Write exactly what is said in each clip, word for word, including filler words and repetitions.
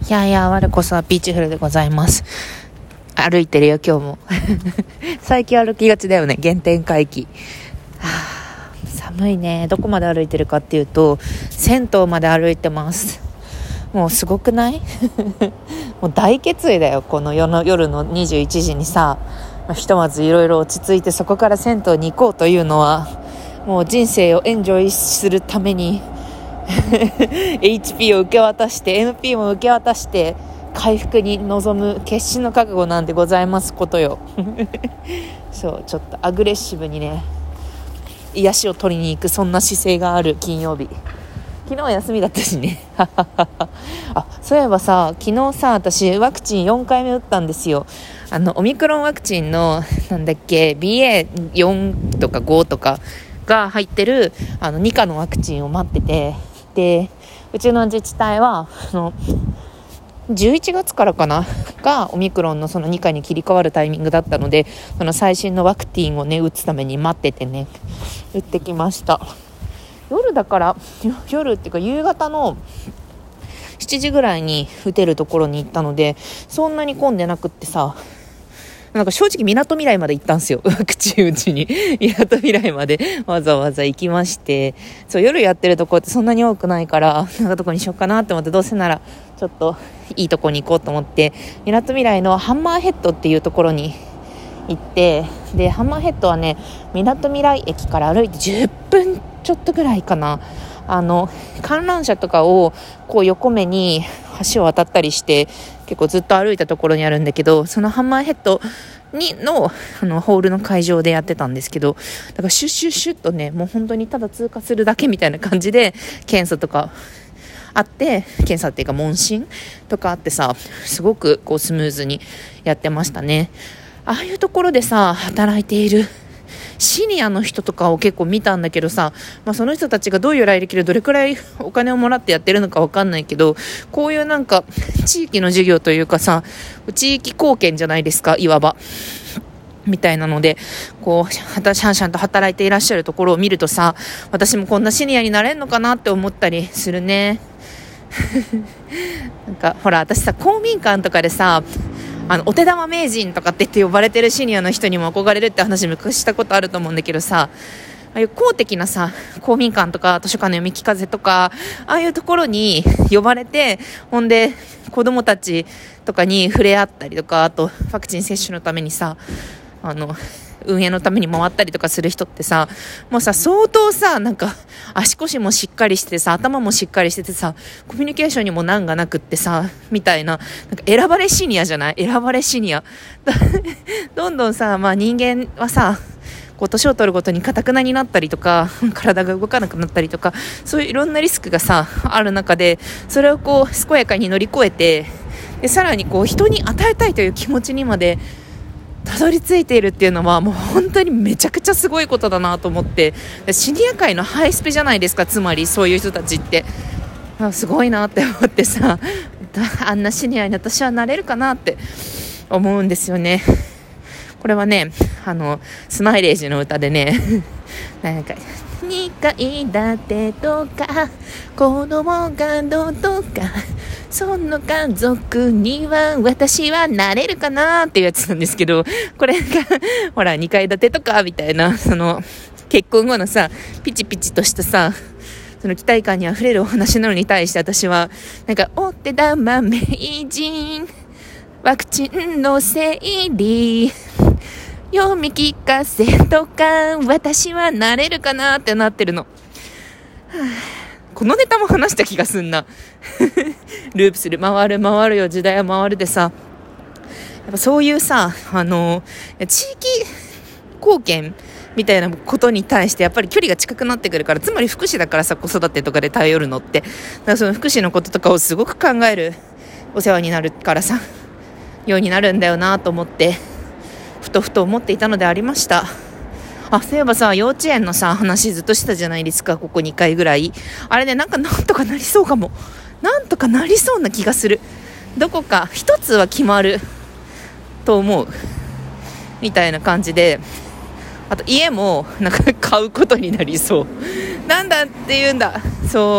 いやいや、我こそはビーチフルでございます。歩いてるよ今日も最近歩きがちだよね、原点回帰。はあ、寒いね。どこまで歩いてるかっていうと、銭湯まで歩いてます。もうすごくないもう大決意だよ。この夜の夜のにじゅういちじにさ、ひとまずいろいろ落ち着いて、そこから銭湯に行こうというのは、もう人生をエンジョイするためにエイチピー を受け渡して エヌピー も受け渡して回復に臨む決心の覚悟なんでございますことよそうちょっとアグレッシブにね、癒しを取りに行く、そんな姿勢がある金曜日。昨日は休みだったしねあ、そういえばさ、昨日さ、私ワクチンよんかいめ打ったんですよ。あのオミクロンワクチンのなんだっけ ビーエーよん とかごとかが入ってるあのに価のワクチンを待ってて、でうちの自治体はあのじゅういちがつからかながオミクロンのそのに価に切り替わるタイミングだったので、その最新のワクチンをね打つために待っててね、打ってきました。夜だから夜っていうか夕方のしちじぐらいに打てるところに行ったので、そんなに混んでなくってさ、なんか正直みなとみらいまで行ったんですよ。ワクチン打ちにみなとみらいまでわざわざ行きまして、そう夜やってるとこってそんなに多くないから、なんかどこにしようかなって思って、どうせならちょっといいとこに行こうと思って、みなとみらいのハンマーヘッドっていうところに行って、でハンマーヘッドはね、みなとみらい駅から歩いてじゅっぷんちょっとぐらいかな。あの観覧車とかをこう横目に橋を渡ったりして結構ずっと歩いたところにあるんだけど、そのハンマーヘッドに の, あのホールの会場でやってたんですけど、だからシュッシュッシュッとね、もう本当にただ通過するだけみたいな感じで検査とかあって、検査っていうか問診とかあってさ、すごくこうスムーズにやってましたね。ああいうところでさ働いているシニアの人とかを結構見たんだけどさ、まあ、その人たちがどういう来歴でどれくらいお金をもらってやってるのか分かんないけど、こういうなんか地域の授業というかさ、地域貢献じゃないですか、いわばみたいなので、こうシャンシャンと働いていらっしゃるところを見るとさ、私もこんなシニアになれるのかなって思ったりするねなんかほら、私さ公民館とかでさ、あのお手玉名人とかって言って呼ばれてるシニアの人にも憧れるって話昔したことあると思うんだけどさ、ああいう公的なさ公民館とか図書館の読み聞かせとか、ああいうところに呼ばれて、ほんで子供たちとかに触れ合ったりとか、あとワクチン接種のためにさ、あの運営のために回ったりとかする人ってさ、もうさ相当さ、なんか足腰もしっかりしてさ、頭もしっかりしててさ、コミュニケーションにも難がなくってさみたいな、なんか選ばれシニアじゃない、選ばれシニアどんどんさ、まあ人間はさこう年を取るごとに硬くなになったりとか、体が動かなくなったりとか、そういういろんなリスクがさある中で、それをこう健やかに乗り越えて、でさらにこう人に与えたいという気持ちにまでたどり着いているっていうのは、もう本当にめちゃくちゃすごいことだなと思って、シニア界のハイスペじゃないですか、つまりそういう人たちってすごいなって思ってさ、あんなシニアに私はなれるかなって思うんですよね。これはね、あのスマイレージの歌でねなんかにかい建てとか子供がどうとか、その家族には私はなれるかなっていうやつなんですけど、これがほらにかい建てとかみたいな、その結婚後のさピチピチとしたさ、その期待感にあふれるお話なのに対して、私はなんかお手玉名人ワクチンの整理読み聞かせとか私はなれるかなってなってるの、はあ、このネタも話した気がすんなループする、回る回るよ時代は回るでさ、やっぱそういうさ、あの地域貢献みたいなことに対してやっぱり距離が近くなってくるから、つまり福祉だからさ、子育てとかで頼るのって、だからその福祉のこととかをすごく考える、お世話になるからさようになるんだよなと思って、ふとふと思っていたのでありました。あ、そういえばさ、幼稚園のさ話ずっとしてたじゃないですか、ここにかいぐらい。あれね、なんかなんとかなりそうかも、なんとかなりそうな気がする。どこか一つは決まると思うみたいな感じで、あと家もなんか買うことになりそうなんだっていうんだ。そう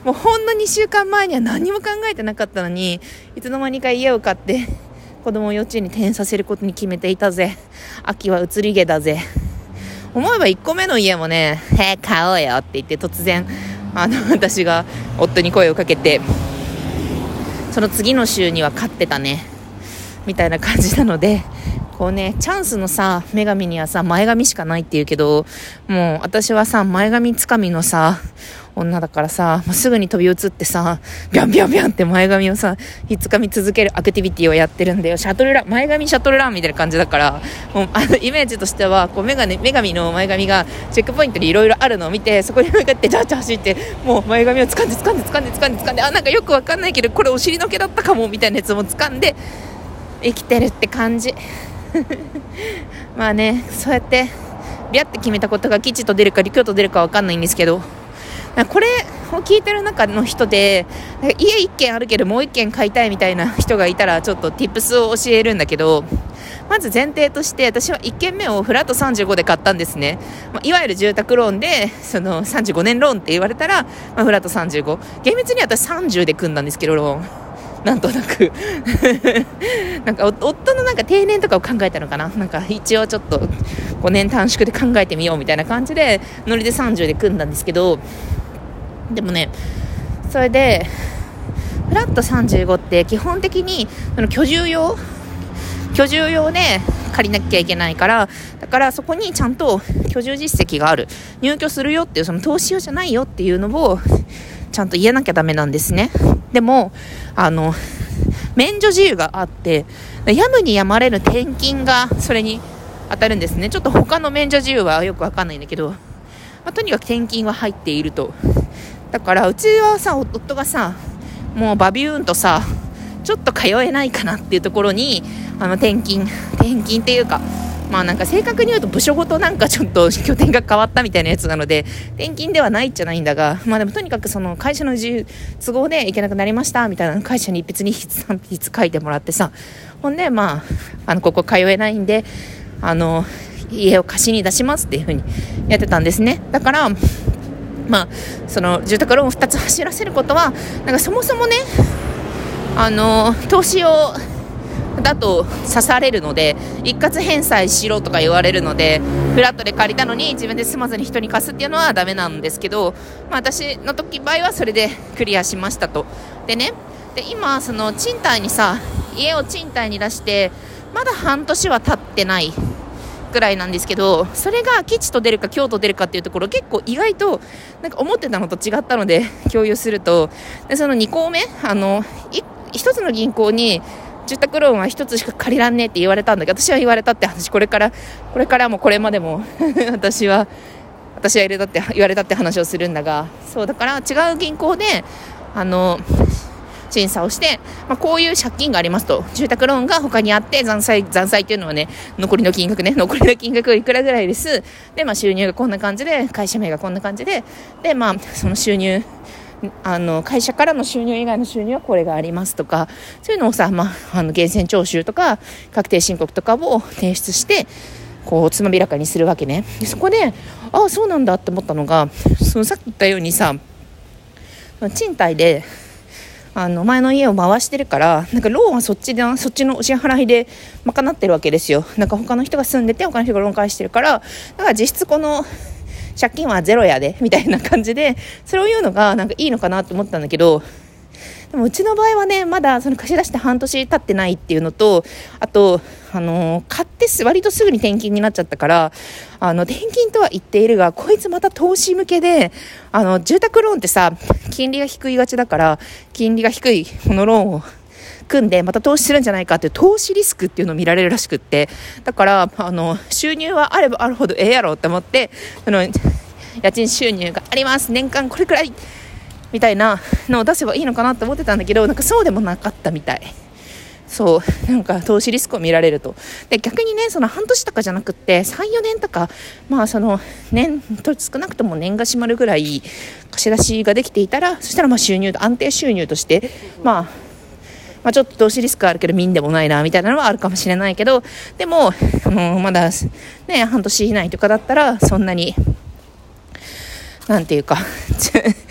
もうほんのにしゅうかんまえには何も考えてなかったのに、いつの間にか家を買って子供を幼稚園に転園させることに決めていたぜ。秋は移り毛だぜ。思えばいっこめの家もね、へー買おうよって言って突然あの私が夫に声をかけて、その次の週には買ってたねみたいな感じなので、こうね、チャンスのさ女神にはさ前髪しかないって言うけど、もう私はさ前髪つかみのさ女だからさ、もうすぐに飛び移ってさビャンビャンビャンって前髪をさひっつかみ続けるアクティビティをやってるんだよ。シャトルラン、前髪シャトルランみたいな感じだから、もうあのイメージとしてはこう女神、女神の前髪がチェックポイントにいろいろあるのを見て、そこに向かってジャージャー走って、もう前髪を掴んで掴んで掴んで掴んで掴んで、あ、なんかよくわかんないけどこれお尻の毛だったかもみたいなやつも掴んで生きてるって感じまあね、そうやってビャって決めたことが吉と出るか利と出るか分かんないんですけど、これを聞いてる中の人で家一軒あるけどもう一軒買いたいみたいな人がいたらちょっと tips を教えるんだけど、まず前提として私はいっけんめをフラットさんじゅうごで買ったんですね。いわゆる住宅ローンでそのさんじゅうごねんローンって言われたら、まあ、フラットさんじゅうご、厳密には私さんじゅうで組んだんですけどローンなんとなくなんか夫のなんか定年とかを考えたのかな、なんか一応ちょっとごねん短縮で考えてみようみたいな感じでノリでさんじゅうで組んだんですけど、でもね、それでフラットさんじゅうごって基本的にその居住用居住用で借りなきゃいけないから、だからそこにちゃんと居住実績がある、入居するよっていう、その投資用じゃないよっていうのをちゃんと言えなきゃダメなんですね。でもあの免除自由があって、やむにやまれる転勤がそれに当たるんですね。ちょっと他の免除自由はよくわかんないんだけど、まあ、とにかく転勤は入っていると。だからうちはさ、夫がさもうバビューンとさちょっと通えないかなっていうところにあの転勤転勤っていうか、まあなんか正確に言うと部署ごとなんかちょっと拠点が変わったみたいなやつなので転勤ではないじゃないんだが、まあでもとにかくその会社の自由都合で行けなくなりましたみたいな、会社に別に筆書いてもらってさ、ほんでまああのここ通えないんであの家を貸しに出しますっていう風にやってたんですね。だからまあその住宅ローンをふたつ走らせることはなんかそもそもね、あの投資をだと刺されるので一括返済しろとか言われるので、フラットで借りたのに自分で住まずに人に貸すっていうのはダメなんですけど、まあ、私の時場合はそれでクリアしましたと。でね、で今その賃貸にさ家を賃貸に出してまだ半年は経ってないくらいなんですけど、それが吉と出るか凶と出るかっていうところ結構意外となんか思ってたのと違ったので共有すると、でそのにこうめあの一つの銀行に住宅ローンは一つしか借りらんねえって言われたんだけど、私は言われたって話、これからこれからもこれまでも私は私は入れたって言われたって話をするんだが、そうだから違う銀行であの審査をして、まあ、こういう借金がありますと、住宅ローンが他にあって残債残債っていうのはね、残りの金額ね残りの金額いくらぐらいですで、まあ、収入がこんな感じで会社名がこんな感じでで、まあ、その収入あの会社からの収入以外の収入はこれがありますとか、そういうのをさ、まあ、あの源泉徴収とか確定申告とかを提出してこうつまびらかにするわけね。でそこでああそうなんだって思ったのが、そのさっき言ったようにさ賃貸であの前の家を回してるから、なんかローンはそっちでそっちのお支払いで賄ってるわけですよ。なんか他の人が住んでて他の人がローン返してるから、だから実質この借金はゼロやでみたいな感じでそれを言うのがなんかいいのかなと思ったんだけど、でもうちの場合はねまだその貸し出して半年経ってないっていうのと、あとあのー、買って割とすぐに転勤になっちゃったから、あの転勤とは言っているがこいつまた投資向けで、あの住宅ローンってさ金利が低いがちだから、金利が低いこのローンを組んでまた投資するんじゃないかっていう投資リスクっていうのを見られるらしくって、だからあの収入はあればあるほどええやろって思って、その家賃収入があります年間これくらいみたいなのを出せばいいのかなって思ってたんだけど、なんかそうでもなかったみたい。そうなんか投資リスクを見られると。で逆にねその半年とかじゃなくってさん、よねんとか、まあその年と少なくとも年が閉まるぐらい貸し出しができていたら、そしたらまあ収入安定収入として、まあ、まあちょっと投資リスクあるけど民でもないなみたいなのはあるかもしれないけど、でもあのまだね半年以内とかだったらそんなになんていうか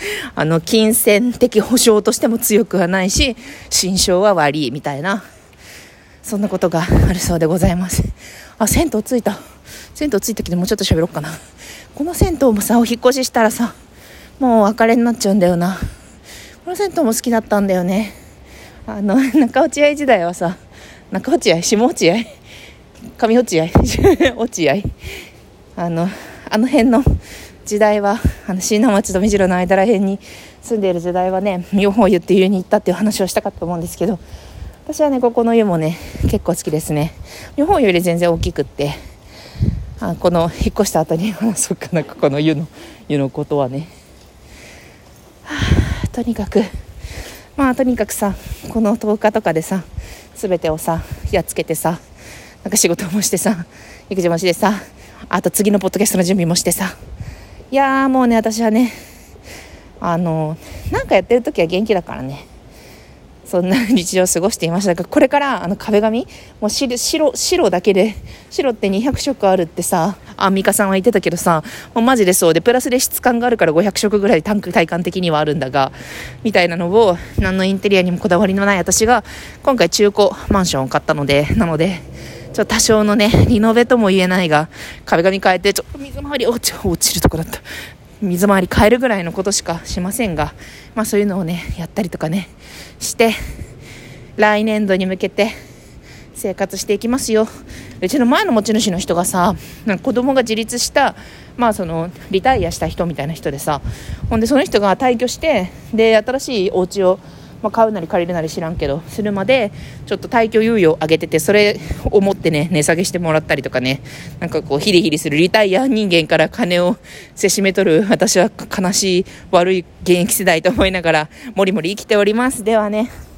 あの金銭的保証としても強くはないし、心証は悪いみたいな、そんなことがあるそうでございます。あ、銭湯着いた。銭湯着いたけどもうちょっと喋ろうかな。この銭湯もさ、お引っ越ししたらさ、もうお別れになっちゃうんだよな。この銭湯も好きだったんだよね。あの中落合時代はさ、中落合、下落合、上落合落合、あのあの辺の時代は、あの椎名町と目白の間ら辺に住んでいる時代はね、妙法湯っていう湯に行ったっていう話をしたかったと思うんですけど、私はねここの湯もね結構好きですね。妙法湯より全然大きくって、あこの引っ越した後に話そうかな、ここの湯の湯のことはね、はあ、とにかくまあとにかくさ、このとおかとかでさ、全てをさやっつけてさ、なんか仕事もしてさ、育児もしてさ、あと次のポッドキャストの準備もしてさ、いやーもうね、私はね、あのなんかやってる時は元気だからね、そんな日常を過ごしていましたが、これからあの壁紙もう白白白だけで、白ってにひゃくしょくあるってさ、アンミカさんは言ってたけどさ、もうマジでそうで、プラスで質感があるからごひゃくしょくぐらい単体感的にはあるんだが、みたいなのを、何のインテリアにもこだわりのない私が今回中古マンションを買ったので、なのでちょっと多少のねリノベとも言えないが、壁紙変えてちょっと水回り落ち、落ちるとこだった、水回り変えるぐらいのことしかしませんが、まあそういうのをねやったりとかねして、来年度に向けて生活していきますよ。うちの前の持ち主の人がさ、子供が自立した、まあそのリタイアした人みたいな人でさ、ほんでその人が退去して、で新しいお家をまあ、買うなり借りるなり知らんけどするまでちょっと退去猶予を上げてて、それを持ってね値下げしてもらったりとかね、なんかこうヒリヒリするリタイア人間から金をせしめとる私は悲しい悪い現役世代と思いながらもりもり生きております。ではね。